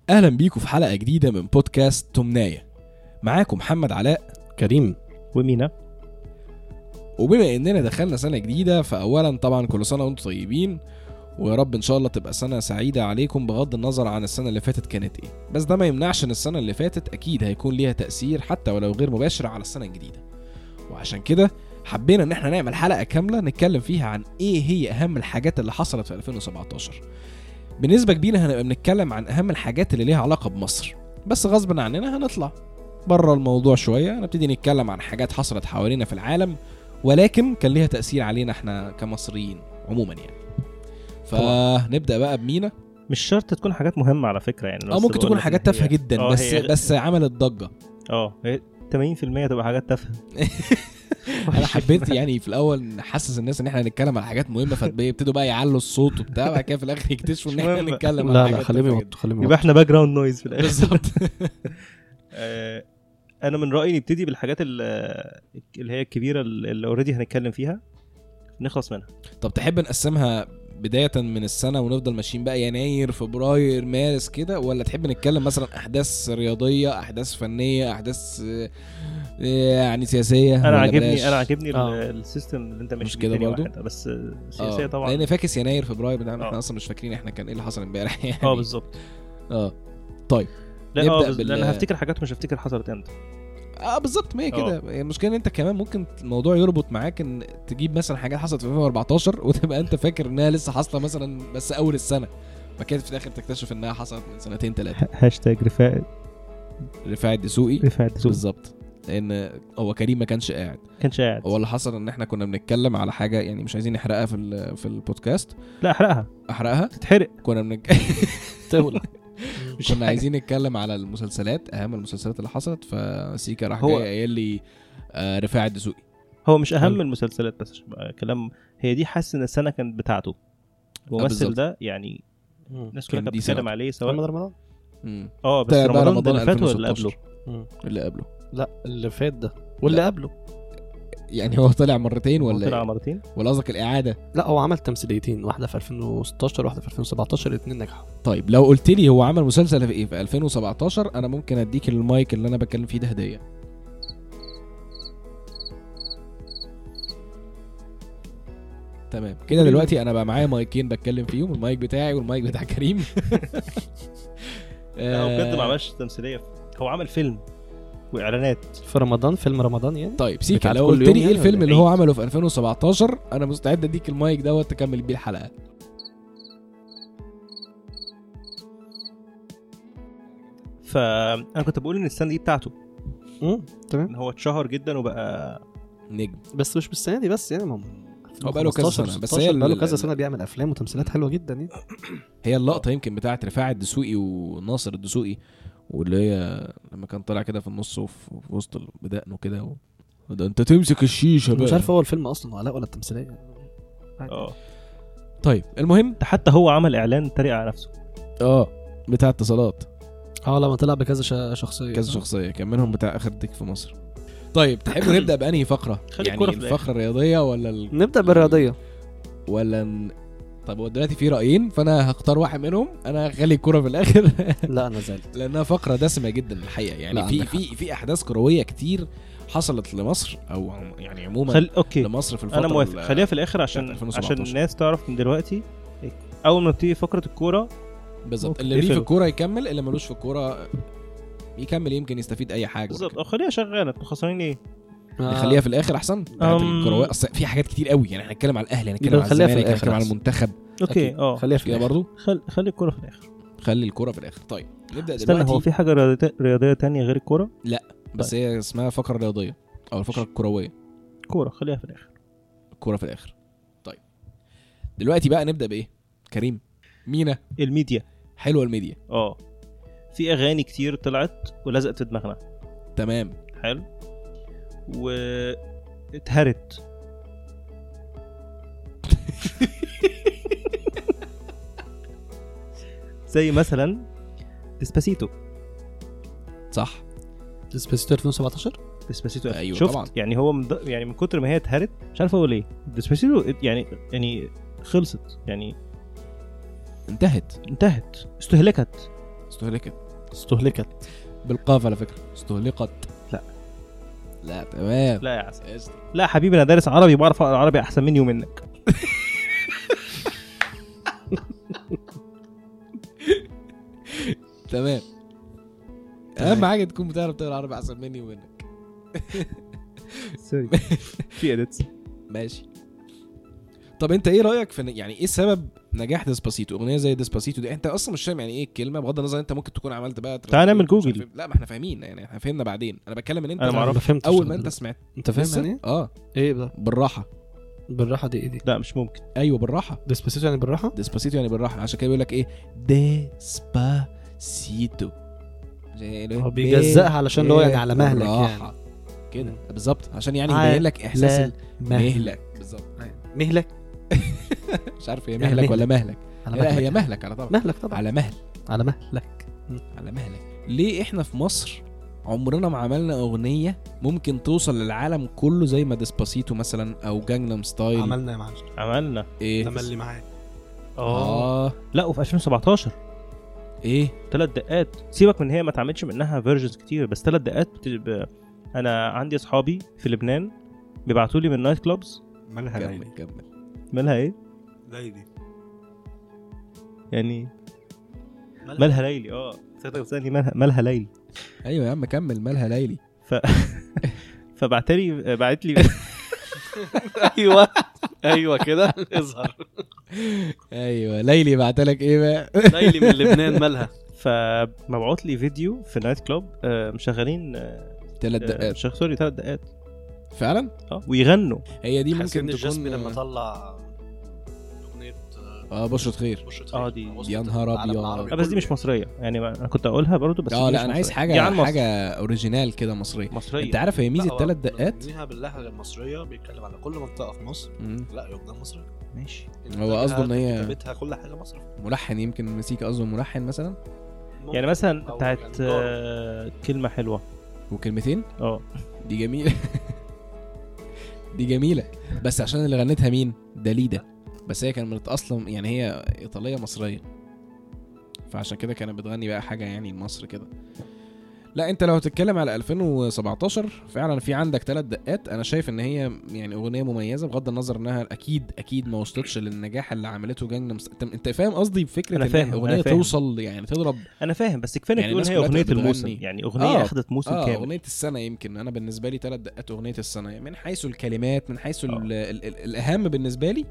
اهلا بيكم في حلقه جديده من بودكاست تمنايه. معاكم محمد علاء، كريم ومينا. وبما اننا دخلنا سنه جديده فاولا طبعا كل سنه وانتم طيبين، ويا رب ان شاء الله تبقى سنه سعيده عليكم بغض النظر عن السنه اللي فاتت كانت ايه. بس ده ما يمنعش ان السنه اللي فاتت اكيد هيكون ليها تاثير حتى ولو غير مباشر على السنه الجديده، وعشان كده حبينا ان احنا نعمل حلقه كامله نتكلم فيها عن ايه هي اهم الحاجات اللي حصلت في 2017. بالنسبه كبيره هنبقى بنتكلم عن اهم الحاجات اللي ليها علاقه بمصر، بس غصب عننا هنطلع بره الموضوع شويه، نبتدي نتكلم عن حاجات حصلت حوالينا في العالم ولكن كان ليها تاثير علينا احنا كمصريين عموما يعني. فنبدا بقى بمينا. مش شرط تكون حاجات مهمه على فكره يعني، ممكن تكون حاجات تافهه جدا بس عملت ضجه. هي 80% تبقى حاجات تافهه. انا حبيت يعني في الاول نحسس الناس ان احنا هنتكلم على حاجات مهمه، فبيبتدوا بقى يعلوا الصوت وبتاع، بعد كده في الاخر يكتشفوا ان احنا نتكلم على حاجات. لا خليهم يبقى احنا باك جراوند نويز في الاخر. بالظبط. انا من رايي نبتدي بالحاجات اللي هي الكبيره اللي اوريدي هنتكلم فيها نخلص منها. طب تحب نقسمها بدايه من السنه ونفضل ماشيين بقى يناير فبراير مارس كده، ولا تحب نتكلم مثلا احداث رياضيه، احداث فنيه، احداث يعني سياسيه؟ انا عاجبني السيستم اللي انت ماشي كده برضو، بس سياسيه طبعا، لان فاكس يناير فبراير بتاعنا احنا اصلا مش فاكرين احنا كان ايه اللي حصل امبارح يعني. بالظبط. طيب لا انا هفتكر حاجات مش هفتكر حصلت امتى. بالظبط. ما هي كده المشكله، ان انت كمان ممكن الموضوع يربط معاك ان تجيب مثلا حاجات حصلت في 2014 وتبقى انت فاكر انها لسه حاصله مثلا بس اول السنه، فكده في الاخر تكتشف انها حصلت من سنتين ثلاثه. هاشتاج رفاعي الدسوقي. بالظبط، لان هو كريم ما كانش قاعد. هو اللي حصل ان احنا كنا بنتكلم على حاجه يعني مش عايزين نحرقها في البودكاست. لا احرقها تتحرق. كنا كنا عايزين نتكلم على المسلسلات، اهم المسلسلات اللي حصلت، فسيكا راح جاي قايل لي رفاعي الدسوقي. هو مش اهم المسلسلات بس كلام، هي دي حاسس ان السنه كانت بتاعته الممثل ده يعني. الناس كلها كانت بتتكلم عليه سواء رمضان. بس رمضان اللي فات ولا اللي قبله؟ اللي قبله. لا اللي فات ده واللي قبله. يعني هو طلع مرتين ولا طلع مرتين ولا قصدك الاعاده؟ لا هو عمل تمثيليتين، واحده في 2016 واحده في 2017، الاثنين نجحوا. طيب لو قلت لي هو عمل مسلسل في ايه في 2017 انا ممكن اديك المايك اللي انا بتكلم فيه ده هديه. تمام كده. دلوقتي انا بقى معايا مايكين بتكلم فيهم، المايك بتاعي والمايك بتاع كريم. هو بجد ما عملش تمثيليه، هو عمل فيلم واعلانات في رمضان، فيلم رمضان يعني. طيب سيكا لو قلت لي ايه الفيلم اللي هو عمله في 2017 انا مستعد اديك المايك دوت تكمل بيه الحلقه. فانا كنت بقول ان السنه دي بتاعته. تمام. هو اتشهر جدا وبقى نجم، بس مش بالسنه دي بس يعني. هو بقاله كذا سنه، بس هي بقاله كذا سنه بيعمل افلام وتمثيلات حلوه جدا يعني. هي اللقطه يمكن بتاعه رفاعي الدسوقي وناصر الدسوقي، واللي هي لما كان طالع كده في النص وفي وسط بدقنه كده ده انت تمسك الشيشه بقى. مش عارف هو الفيلم اصلا ولا ولا التمثيليه. طيب المهم حتى هو عمل اعلان تريق على نفسه بتاع اتصالات. لما طلع بكذا شخصيه كان منهم بتاع اخر ديك في مصر. طيب تحبوا نبدا بانهي فقره؟ يعني الفقره الرياضيه ولا نبدا بالرياضيه ولا طب هو دلوقتي في رايين فانا هختار واحد منهم. انا هخلي الكوره في الاخر. لا انا زعلت لانها فقره دسمه جدا الحقيقه يعني. في احداث كرويه كتير حصلت لمصر او يعني عموما لمصر في الفتره. انا موافق، خليها في الاخر عشان الناس تعرف من دلوقتي اول ما تيجي فقره الكوره بالظبط. اللي ليه في الكوره يكمل، اللي ملوش في الكوره يكمل، يمكن يستفيد اي حاجه بالظبط. خليها شغاله، انتوا خسرانين ايه؟ نخليها في الاخر احسن. الكرويه اصلا في حاجات كتير قوي يعني. هنتكلم على الاهلي، هنتكلم على الزمالك، هنتكلم على المنتخب. خليها في برضو خلي الكوره في الاخر. خلي الكوره في الاخر. طيب نبدا دلوقتي. هو في حاجه رياضيه تانية غير الكوره؟ لا بس طيب. هي اسمها فقره رياضيه او الفقره الكرويه. كوره خليها في الاخر. الكوره في الاخر. طيب دلوقتي بقى نبدا بايه كريم؟ مينا الميديا. حلوه الميديا. في اغاني كتير طلعت ولزقت في دماغنا. تمام حلو. واتهرت. زي مثلا ديسباسيتو. صح، ديسباسيتو 2017. ديسباسيتو أيوة شفت طبعا. يعني هو يعني من كتر ما هي اتهرت مش عارف اقول ايه. ديسباسيتو يعني خلصت يعني، انتهت استهلكت استهلكت بالقاف على فكره. استهلكت. لا تمام. لا يا عسل. لا حبيبي انا دارس عربي بعرف اقرا عربي احسن مني ومنك. تمام. اهم حاجه تكون بتعرف تقرا عربي احسن مني ومنك. سوري في اديتس. ماشي. طب انت ايه رايك في يعني ايه سبب نجاح ديسباسيتو؟ اغنيه زي ديسباسيتو دي انت اصلا مش فاهم يعني ايه الكلمه بغض النظر انت ممكن تكون عملت بقى تعال نعمل جوجل. لا ما احنا فاهمين يعني احنا فهمنا بعدين. انا بتكلم ان انت انا ما فهمتش اول ما انت سمعت انت فاهم يعني ايه ده بالراحه. بالراحه دي ايه دي؟ لا مش ممكن. ايوه بالراحه. ديسباسيتو يعني بالراحه. ديسباسيتو يعني بالراحه عشان كده بيقول لك ايه ديسباسيتو هو بيجزقها علشان هو يعني على مهلك يعني كده بالظبط عشان يعني يبين لك احساس المهلك بالظبط. مهلك مش عارف هي مهلك ولا مهلك. لا هي مهلك على طبعا. مهلك طبعا على مهل. على مهلك. على مهلك. ليه احنا في مصر عمرنا ما عملنا اغنيه ممكن توصل للعالم كله زي ما ديسباسيتو مثلا او جانجنام ستايل؟ عملنا يا معلم. عملنا ايه تملي معاك. لا وفي 2017 ايه 3 دقات. سيبك من هي ما اتعملش منها فيرجنز كتير بس 3 دقات انا عندي اصحابي في لبنان بيبعتوا لي من نايت كلوبز. مالها ليلي؟ مالها ايه ليلي يعني مالها ليلي. ثاني مالها ليلي. ايوه يا عم كمل. مالها ليلي. بعت لي ايوه كده اظهر. ايوه ليلي بعتلك ايه بقى؟ ليلي من لبنان مالها. فمبعوت لي فيديو في نايت كلوب مشغلين 3 دقات. سوري 3 دقات فعلا ويغنوا. هي دي ممكن تكون لما طلع اغنيه بشرة خير. دي يا نهار ابيض. بس دي مش مصريه يعني انا كنت اقولها برضو بس لا انا عايز حاجه اوريجينال كده مصريه. انت عارف هي ميزه 3 دقات منها باللهجه المصريه بيتكلم على كل منطقه في مصر. لا يبقى مصري ماشي. هو قصده ان هي كتابتها كل حاجه مصري. ملحن يمكن مسيكا قصده ملحن مثلا يعني مثلا بتاعت كلمه حلوه وكلمتين. دي جميله. دي جميله بس عشان اللي غنتها مين؟ داليدا. بس هي كانت اصلا يعني هي ايطاليه مصريه فعشان كده كانت بتغني بقى حاجه يعني مصر كده. لا انت لو هتتكلم على 2017 فعلا في عندك 3 دقات. انا شايف ان هي يعني اغنيه مميزه بغض النظر انها اكيد ما وصلتش للنجاح اللي عملته جانجنام. انت فاهم قصدي بفكره ان اغنيه توصل يعني تضرب. انا فاهم بس كفايه يعني تقول هي اغنيه الموسم يعني اغنيه اخذت موسم كامل. اغنيه السنه يمكن. انا بالنسبه لي 3 دقات اغنيه السنه من حيث الكلمات من حيث الاهم بالنسبه لي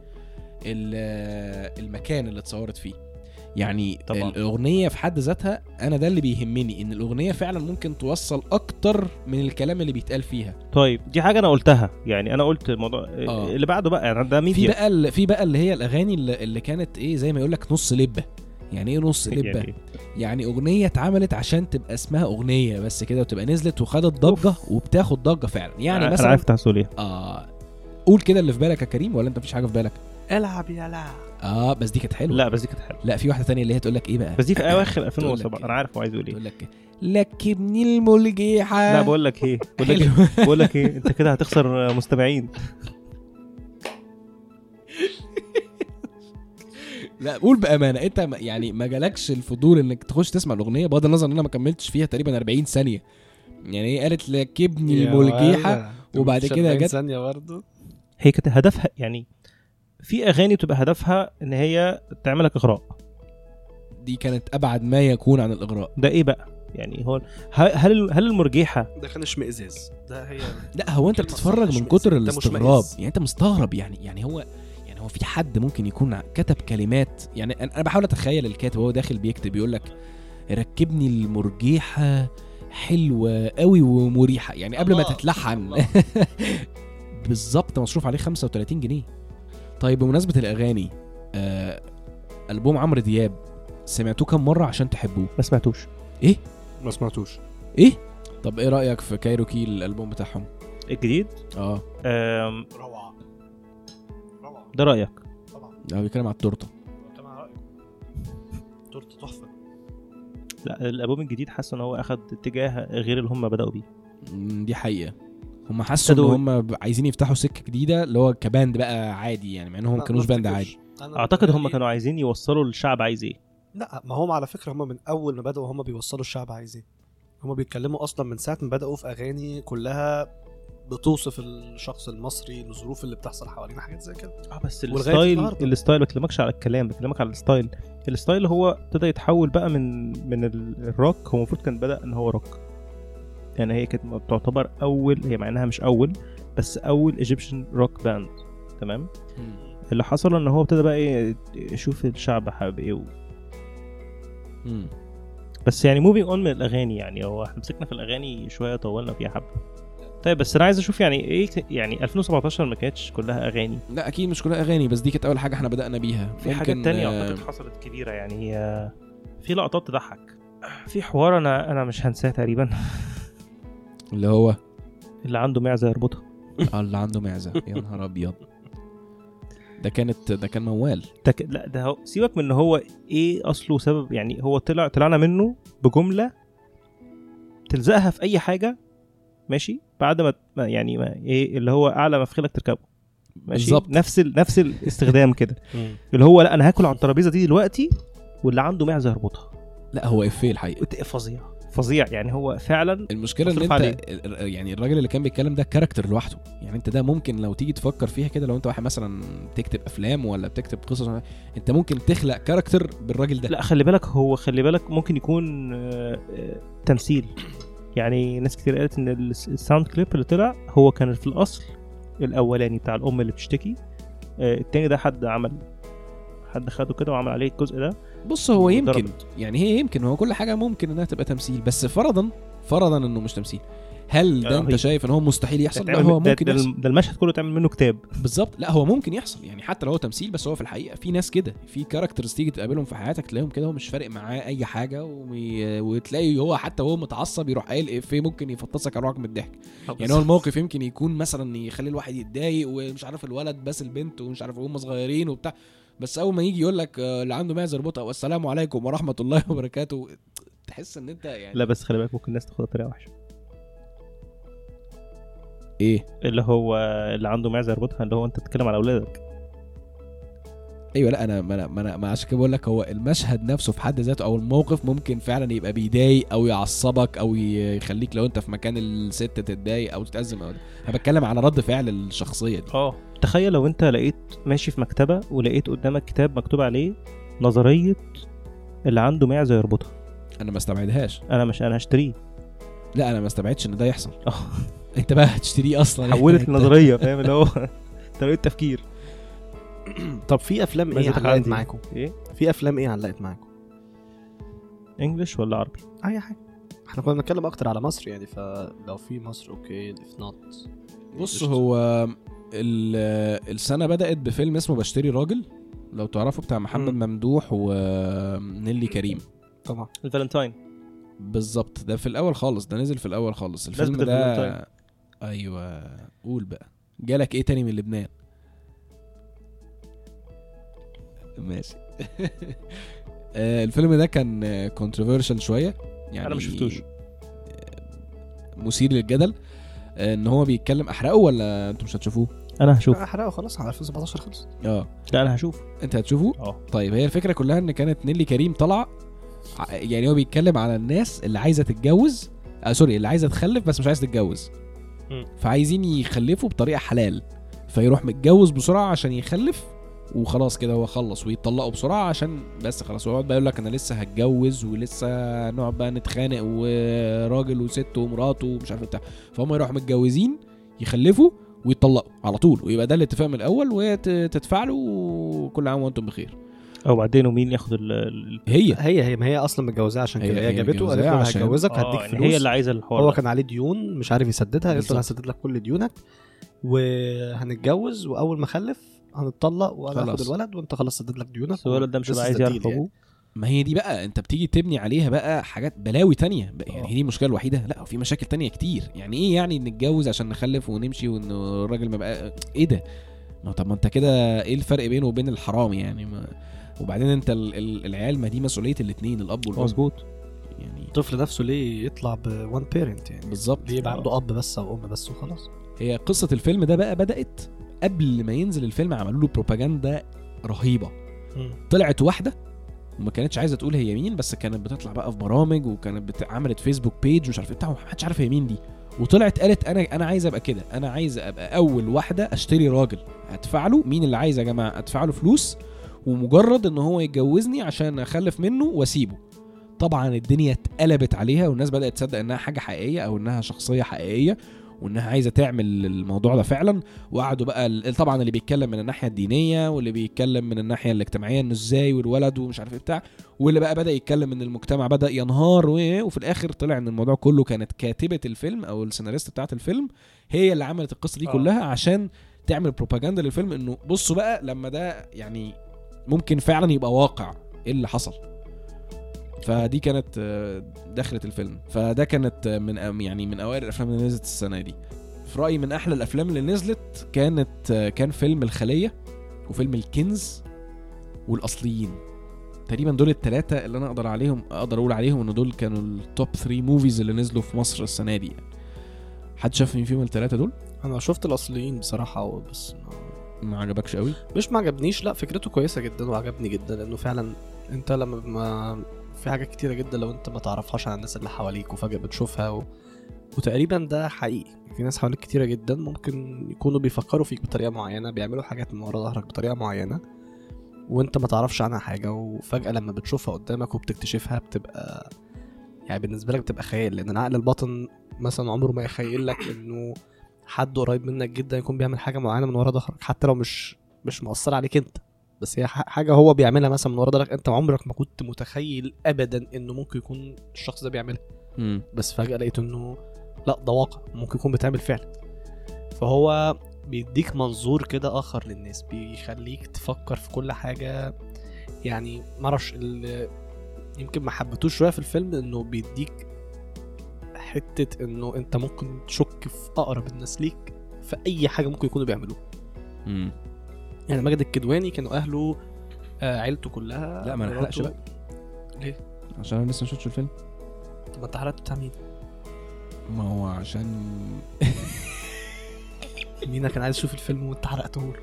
المكان اللي اتصورت فيه يعني طبعا. الأغنية في حد ذاتها أنا ده اللي بيهمني إن الأغنية فعلا ممكن توصل أكتر من الكلام اللي بيتقال فيها. طيب دي حاجة أنا قلتها يعني أنا قلت الموضوع اللي بعده بقى يعني ده ميديا في بقى اللي هي الأغاني اللي كانت إيه زي ما يقولك نص لبة. يعني إيه نص لبة؟ يعني أغنية اتعملت عشان تبقى اسمها أغنية بس كده وتبقى نزلت وخدت ضجة وبتاخد ضجة فعلا يعني مثلا. أنا عارف تحصل إيه. قول كده اللي في بالك يا كريم ولا أنت مفيش حاجة في بالك؟ العب يا لا. بس دي كانت حلوه. لا بس دي كانت حلوه. لا في واحده ثانيه اللي هي تقول لك ايه بقى بس دي في اواخر 2007 انا عارف هو عايز يقول ايه. تقول لك لكبني الملجحه. لا بقول لك ايه بقول لك ايه انت كده هتخسر مستمعين. لا قول بامانه انت يعني ما جالكش الفضول انك تخش تسمع الاغنيه بغض النظر ان انا ما كملتش فيها تقريبا 40 ثانيه يعني هي قالت لكبني الملجحه وبعد كده جت ثانيه برضه. هي كانت هدفها يعني في اغاني بتبقى هدفها ان هي تعملك اغراء. دي كانت ابعد ما يكون عن الاغراء. ده ايه بقى يعني هو هل المرجحه ده كان اشمئزاز ده هي. لا هو انت بتتفرج من كتر الاستغراب يعني انت مستغرب يعني هو في حد ممكن يكون كتب كلمات يعني انا بحاول اتخيل الكاتب وهو داخل بيكتب يقول لك ركبني المرجحه حلوه قوي ومريحه يعني قبل ما تتلحن. بالظبط مصروف عليه 35 جنيه. طيب بمناسبة الأغاني ألبوم عمرو دياب سمعتوه كم مرة عشان تحبوه؟ ما سمعتوش. إيه؟ ما سمعتوش. إيه؟ طب إيه رأيك في كايروكي الألبوم بتاعهم؟ الجديد؟ روعة. ده رأيك؟ طبعا. بيتكلم على التورتة. تورتة تحفة. لا الألبوم الجديد حاسس إن هو أخد اتجاه غير اللي هم بدأوا بيه. دي حقيقة. هم حسوا ان هم عايزين يفتحوا سكه جديده اللي هو كباند بقى عادي يعني مع انهم ما كانوش باند عادي. اعتقد هم كانوا عايزين يوصلوا للشعب عايز ايه لا ما هم على فكره هم من اول ما بداوا هم بيوصلوا الشعب عايز ايه. هم بيتكلموا اصلا من ساعه ما بداوا في اغاني كلها بتوصف الشخص المصري، الظروف اللي بتحصل حوالينا، حاجات زي كده. بس الستايل ما بكلمكش على الكلام، بكلمك على الستايل هو ابتدى يتحول بقى من الروك. هو المفروض كان بدأ ان هو روك، يعني هي كانت تعتبر اول، هي مع انها مش اول بس اول ايجيبشن روك باند. تمام. اللي حصل ان هو ابتدى بقى ايه، يشوف الشعب حابب ايه بس يعني موفينج اون من الاغاني، يعني هو احنا مسكنا في الاغاني شويه طولنا فيها حبه. طيب بس انا عايز اشوف يعني ايه، يعني 2017 ما كانتش كلها اغاني. لا اكيد مش كلها اغاني، بس دي كانت اول حاجه احنا بدأنا بيها. في حاجات تانية اعتقد حصلت كبيره، يعني هي في لقطات تضحك. في حوار انا مش هنساه تقريبا اللي هو اللي عنده معزه يربطها. اللي عنده معزه يا نهار ابيض. ده كان موال. لا ده هو سيبك من ان هو ايه اصله سبب، يعني هو طلعنا منه بجمله تلزقها في اي حاجه ماشي، بعد ما يعني ما ايه اللي هو اعلى ما في خيلك تركبه ماشي بالزبط. نفس الاستخدام كده اللي هو لا انا هاكل على الترابيزه دي دلوقتي واللي عنده معزه يربطها. لا هو افيه الحقيقه فظيع يعني هو فعلا. المشكله ان انت يعني الراجل اللي كان بيتكلم ده كاركتر لوحده، يعني انت ده ممكن لو تيجي تفكر فيها كده، لو انت واحد مثلا بتكتب افلام ولا بتكتب قصص، انت ممكن تخلق كاركتر بالراجل ده. لا خلي بالك ممكن يكون تمثيل. يعني ناس كتير قالت ان الساوند كليب اللي طلع هو كان في الاصل الاولاني بتاع الام اللي بتشتكي، التاني ده حد خده كده وعمل عليه الجزء ده. بص هو يمكن يعني هي يمكن هو كل حاجه ممكن انها تبقى تمثيل، بس فرضا انه مش تمثيل، هل ده انت شايف ان هو مستحيل يحصل؟ لا هو ممكن يحصل. ده المشهد كله تعمل منه كتاب بالظبط. لا هو ممكن يحصل، يعني حتى لو هو تمثيل بس هو في الحقيقه في ناس كده، في كاركترز تيجي تقابلهم في حياتك تلاقيهم كده هو مش فارق معاه اي حاجه وتلاقي هو حتى هو متعصب يروح قايل افيه ممكن يفطسك اروعك من الضحك. يعني هو الموقف يمكن يكون مثلا يخلي الواحد يتضايق ومش عارف الولد بس البنت ومش عارف هم صغيرين وبتاع، بس اول ما يجي يقول لك اللي عنده معزه يربطها والسلام عليكم ورحمه الله وبركاته، تحس ان انت يعني. لا بس خلي بالك ممكن الناس تاخدها بطريقه وحشه. ايه اللي هو اللي عنده معزه يربطها، اللي هو انت بتتكلم على اولادك. ايوه لا انا عشان كده بقول لك هو المشهد نفسه في حد ذاته او الموقف ممكن فعلا يبقى بيضايق او يعصبك او يخليك لو انت في مكان الست تتضايق او تتأزم. انا بتكلم على رد فعل الشخصيه دي. تخيل لو انت لقيت ماشي في مكتبه ولقيت قدامك كتاب مكتوب عليه نظريه اللي عنده معزه يربطها. انا ما استبعدهاش. انا هشتريه. لا انا ما استبعدش ان ده يحصل. انت بقى هتشتريه اصلا. حولت النظريه فاهم اللي هو طريقه تفكير. طب في افلام ايه علقت معاكم؟ ايه في افلام ايه علقت معاكم؟ انجلش ولا عربي؟ اي حاجه. احنا كنا بنتكلم اكتر على مصر يعني، فلو في مصر اوكي if not. بص هو السنه بدات بفيلم اسمه بشتري راجل، لو تعرفوا، بتاع محمد ممدوح ونيلي كريم. طبعا الفالنتاين بالظبط. ده في الاول خالص، ده نزل في الاول خالص الفيلم ده. ايوه قول بقى جالك ايه تاني من لبنان؟ ماشي. الفيلم ده كان كونتروفيرشال شويه، يعني انا مش شفتوش، مثير للجدل. ان هو بيتكلم. احرقه ولا انتوا مش هتشوفوه؟ انا هشوف. احرقه خلاص، على 2017 خلص. لا انا هشوف. انت هتشوفه؟ طيب هي الفكره كلها ان كانت نيلي كريم طالعه، يعني هو بيتكلم على الناس اللي عايزه تتجوز، اللي عايزه تخلف بس مش عايزه تتجوز، فعايزين يخلفوا بطريقه حلال، فيروح متجوز بسرعه عشان يخلف وخلاص كده هو خلص، ويطلقوا بسرعه عشان بس خلاص. ويقعد بقى يقول لك انا لسه هتجوز ولسه نقعد بقى نتخانق وراجل وست ومراته ومش عارف بتاع، فهم يروحوا متجوزين يخلفوا ويطلقوا على طول، ويبقى ده الاتفاق من الاول وتدفع له وكل عام وانتم بخير. او بعدين ومين ياخد هي ما هي اصلا متجوزاه عشان كده، هي جابته قالت له هتجوزك هديك فلوس. هي اللي عايزه الحوار. هو كان عليه ديون مش عارف يسددها، قالت له هسدد لك كل ديونك وهنتجوز، واول ما اخلف هنتطلق وانا هاخد الولد وانت خلاص سدد لك ديونك. الولد ده مش عايز يعرف ابوه. ما هي دي بقى انت بتيجي تبني عليها بقى حاجات بلاوي تانية يعني. هي دي المشكله الوحيده؟ لا في مشاكل تانية كتير. يعني ايه يعني نتجوز عشان نخلف ونمشي وان الراجل ما بقى ايه ده؟ طب ما انت كده ايه الفرق بينه وبين الحرام يعني؟ وبعدين انت العيال ما دي مسؤوليه الاثنين، الاب والام. مظبوط. يعني الطفل نفسه ليه يطلع بوان بيرنت يعني؟ بالظبط، ليه يبقى عنده اب بس او ام بس وخلاص. هي قصه الفيلم ده بقى بدات قبل ما ينزل الفيلم، عملوا له بروباجندا رهيبه. طلعت واحده وما كانتش عايزه تقول هي مين، بس كانت بتطلع بقى في برامج وكانت عملت فيسبوك بيج ومش عارف ايه بتاع، محدش عارف هي مين دي. وطلعت قالت انا عايزه ابقى كده، انا عايزه ابقى اول واحده اشتري راجل ادفع له، مين اللي عايز يا جماعه ادفع له فلوس ومجرد ان هو يتجوزني عشان اخلف منه واسيبه. طبعا الدنيا اتقلبت عليها والناس بدات تصدق انها حاجه حقيقيه او انها شخصيه حقيقيه وانها عايزه تعمل الموضوع ده فعلا. وقعدوا بقى طبعا اللي بيتكلم من الناحيه الدينيه واللي بيتكلم من الناحيه الاجتماعيه انه ازاي والولد ومش عارف ايه بتاع، واللي بقى بدا يتكلم ان المجتمع بدا ينهار وفي الاخر طلع ان الموضوع كله كانت كاتبه الفيلم او السيناريست بتاعه الفيلم هي اللي عملت القصه دي كلها عشان تعمل بروباجندا للفيلم، انه بصوا بقى لما ده يعني ممكن فعلا يبقى واقع ايه اللي حصل. فدي كانت دخلة الفيلم. فده كانت من اوائل الافلام اللي نزلت السنه دي. في رايي من احلى الافلام اللي نزلت كان فيلم الخليه وفيلم الكنز والاصليين. تقريبا دول الثلاثه اللي انا اقدر اقول عليهم ان دول كانوا التوب 3 موفيز اللي نزلوا في مصر السنه دي. يعني حد شاف مين فيهم الثلاثه دول؟ انا شفت الاصليين بصراحه بس ما عجبكش قوي؟ مش ما عجبنيش، لا فكرته كويسه جدا وعجبني جدا، لانه فعلا انت لما في حاجات كتيره جدا لو انت ما تعرفهاش عن الناس اللي حواليك وفجاه بتشوفها وتقريبا ده حقيقي. في ناس حواليك كتيره جدا ممكن يكونوا بيفكروا فيك بطريقه معينه، بيعملوا حاجات من ورا ظهرك بطريقه معينه وانت ما تعرفش عنها حاجه، وفجاه لما بتشوفها قدامك وبتكتشفها بتبقى يعني بالنسبه لك بتبقى خيال. لان العقل الباطن مثلا عمره ما يخيل لك انه حد قريب منك جدا يكون بيعمل حاجه معينه من ورا ظهرك، حتى لو مش مؤثر عليك انت، بس هي حاجه هو بيعملها مثلا من ورا ظهرك انت عمرك ما كنت متخيل ابدا انه ممكن يكون الشخص ده بيعملها. بس فجاه لقيت انه لا ده واقع ممكن يكون بتعمل فعلا. فهو بيديك منظور كده اخر للناس، بيخليك تفكر في كل حاجه. يعني معرفش يمكن ما حبيتوش شويه في الفيلم انه بيديك حته انه انت ممكن تشك في اقرب الناس ليك في اي حاجه ممكن يكونوا بيعملوه. يعني ماجد الكدواني كانوا اهله عيلته كلها. لا ما نحرقش بقى. ليه؟ عشان انا لسه ما شفتش الفيلم. طب ما انت حرقت بتاع مين؟ ما هو عشان مينا كان عايز يشوف الفيلم وانت حرقته له.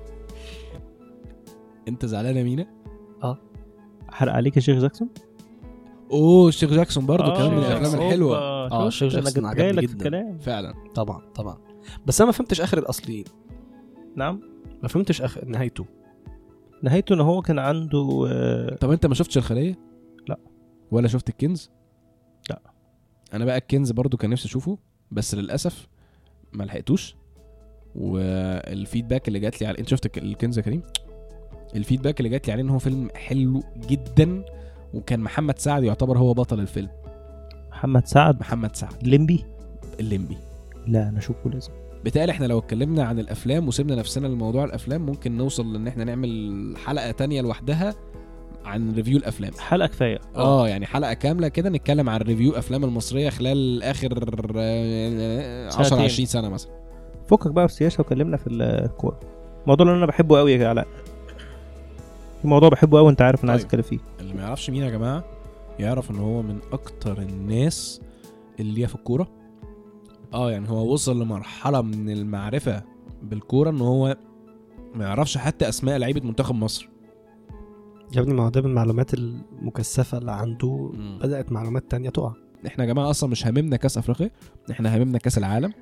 انت زعلان يا مينا؟ حرق عليك يا شيخ جاكسون؟ الشيخ جاكسون برضو كمان من الافلام الحلوه. الشيخ جاكسون عجبني جدا فعلا. طبعا بس انا ما فهمتش اخر الاصليين. نعم ما فهمتش اخر نهايته ان هو كان عنده طب انت ما شفتش الخليه؟ لا. ولا شفت الكنز؟ لا. انا بقى الكنز برضو كان نفسي اشوفه بس للاسف ما لحقتوش. والفيدباك اللي جات لي على انت شفت الكنز يا كريم؟ الفيدباك اللي جات لي عليه ان هو فيلم حلو جدا، وكان محمد سعد يعتبر هو بطل الفيلم. محمد سعد الليمبي. لا انا اشوفه لازم. بالتالي احنا لو اتكلمنا عن الافلام وسيبنا نفسنا لموضوع الافلام ممكن نوصل لان احنا نعمل حلقه تانية لوحدها عن ريفيو الافلام. حلقه كفايه. يعني حلقه كامله كده نتكلم عن ريفيو افلام المصريه خلال اخر 10-20 سنه مثلا. فكك بقى في السياسه وكلمنا في الكوره. الموضوع اللي انا بحبه قوي يا علاء، الموضوع بحبه قوي انت عارف انا عايز اتكلم فيه. اللي ما يعرفش مين يا جماعه يعرف ان هو من اكتر الناس اللي ليها في الكوره. يعني هو وصل لمرحله من المعرفه بالكوره ان هو ما يعرفش حتى اسماء لعيبه منتخب مصر. يا ابني ما هو ده من المعلومات المكثفه اللي عنده. بدات معلومات تانية تقع. احنا يا جماعه اصلا مش هاممنا كاس افريقيا، احنا هاممنا كاس العالم.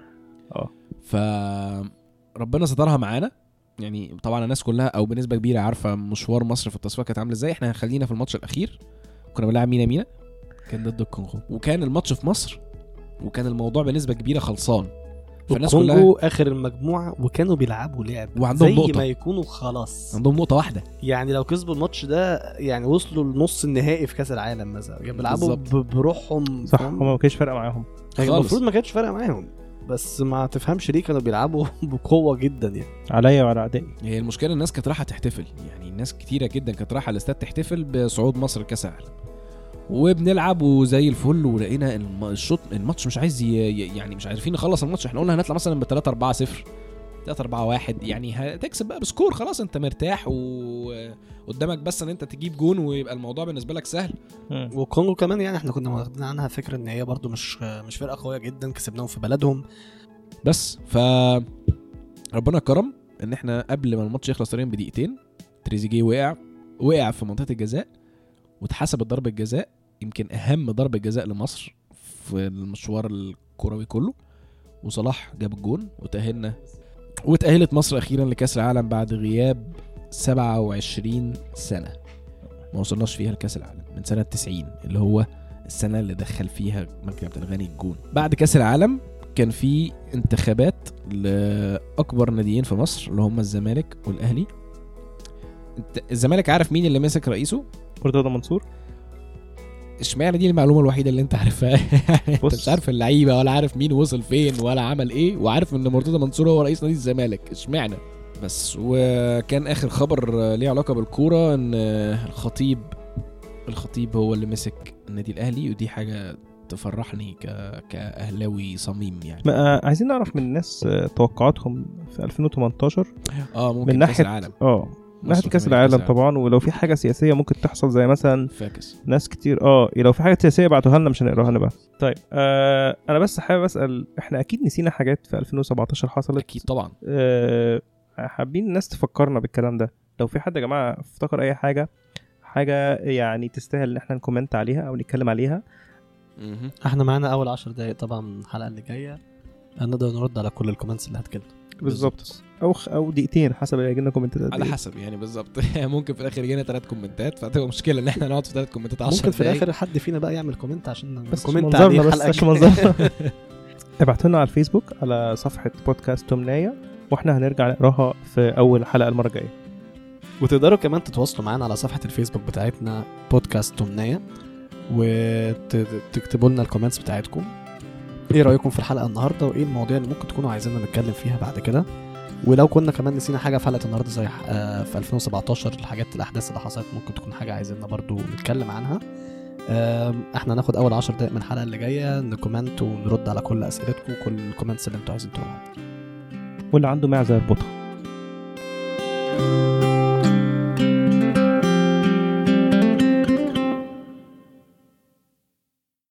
فربنا سترها معانا. يعني طبعا الناس كلها او بنسبه كبيره عارفه مشوار مصر في التصفيات كانت عامله ازاي. احنا خلينا في الماتش الاخير كنا بنلعب مينا كان ضد الكونغو، وكان الماتش في مصر وكان الموضوع بنسبه كبيره خلصان. فالناس كلها اخر المجموعه وكانوا بيلعبوا لعب وعندهم زي نقطة. ما يكونوا خلاص عندهم نقطه واحده. يعني لو كسبوا الماتش ده يعني وصلوا لنص النهائي في كاس العالم مثلا. يعني بيلعبوا بروحهم صح. هم ما كانش فارقه معاهم المفروض ما كانتش فارقه معاهم، بس ما تفهمش ليه كانوا بيلعبوا بقوه جدا. يعني عليا وعلى اعدائي. هي المشكله الناس كانت رايحه تحتفل. يعني الناس كتيره جدا كانت رايحه الاستاد تحتفل بصعود مصر لكاس العالم، وبنلعب وزي الفل، ولقينا الماتش مش عايز يعني مش عارفين نخلص الماتش. احنا قلنا هنطلع مثلا ب3-4-0 3-4-1 يعني هتكسب بقى بسكور خلاص انت مرتاح وقدامك بس ان انت تجيب جون ويبقى الموضوع بالنسبه لك سهل. والكونغو كمان يعني احنا كنا واخدين عنها فكره ان هي برضو مش فرقه قويه جدا، كسبناهم في بلدهم بس. ربنا كرم ان احنا قبل ما الماتش يخلص تقريبا بدقيقتين تريزيجيه وقع في منطقه الجزاء واتحسبت ضربة جزاء، يمكن اهم ضربة جزاء لمصر في المشوار الكروي كله. وصلاح جاب الجون وتأهلت مصر اخيرا لكأس العالم بعد غياب 27 سنة ما وصلناش فيها لكأس العالم من سنة 90 اللي هو السنة اللي دخل فيها مجدي عبد الغني الجون. بعد كأس العالم كان في انتخابات لأكبر ناديين في مصر اللي هم الزمالك والأهلي. الزمالك عارف مين اللي مسك رئيسه؟ مرتضى منصور. اشمعنى دي المعلومة الوحيدة اللي انت عارفها؟ انت مش عارف اللعيبة ولا عارف مين وصل فين ولا عمل ايه، وعارف ان مرتضى منصور هو رئيس نادي الزمالك، اشمعنى بس؟ وكان اخر خبر ليه علاقة بالكورة ان الخطيب هو اللي مسك النادي الأهلي، ودي حاجة تفرحني كأهلاوي صميم يعني. عايزين نعرف من الناس توقعاتهم في 2018 ممكن من ناحية كأس العالم. من ناحية كأس العالم طبعا، ولو في حاجة سياسية ممكن تحصل زي مثلا فاكس ناس كتير لو في حاجة سياسية بعتوها لنا مش هنقراها لنا بقى. طيب انا بس حابب اسأل، احنا اكيد نسينا حاجات في 2017 حصلت اكيد طبعا. حابين الناس تفكرنا بالكلام ده. لو في حد يا جماعة افتكر اي حاجة يعني تستاهل ان احنا نكومنت عليها او نتكلم عليها. احنا معانا اول 10 دقايق طبعا من الحلقة اللي جاية نقدر نرد على كل الكومنتس اللي هتجيلنا بالظبط، او دقيقتين حسب اللي يجينا كومنتات على حسب يعني بالظبط. ممكن في الاخر يجينا 3 كومنتات فهتبقى مشكله ان احنا نقعد في 3 كومنتات 10 ممكن في الاخر حد فينا بقى يعمل كومنت عشان كومنت عليه الحلقه. ابعتوا لنا على الفيسبوك على صفحه بودكاست تمناية واحنا هنرجع نقراها في اول حلقه المره الجايه. وتقدروا كمان تتواصلوا معانا على صفحه الفيسبوك بتاعتنا بودكاست تمناية وتكتبوا لنا الكومنتس بتاعتكم. ايه رايكم في الحلقه النهارده وايه المواضيع اللي ممكن تكونوا عايزيننا نتكلم فيها بعد كده؟ ولو كنا كمان نسينا حاجه في حلقه النهارده زي في 2017 الاحداث اللي حصلت ممكن تكون حاجه عايزيننا برضو نتكلم عنها. احنا ناخد اول 10 دقايق من الحلقه اللي جايه نكومنت ونرد على كل اسئلتكم وكل الكومنتس اللي انتوا عايزين تقولوها. واللي عنده معزه يربطها.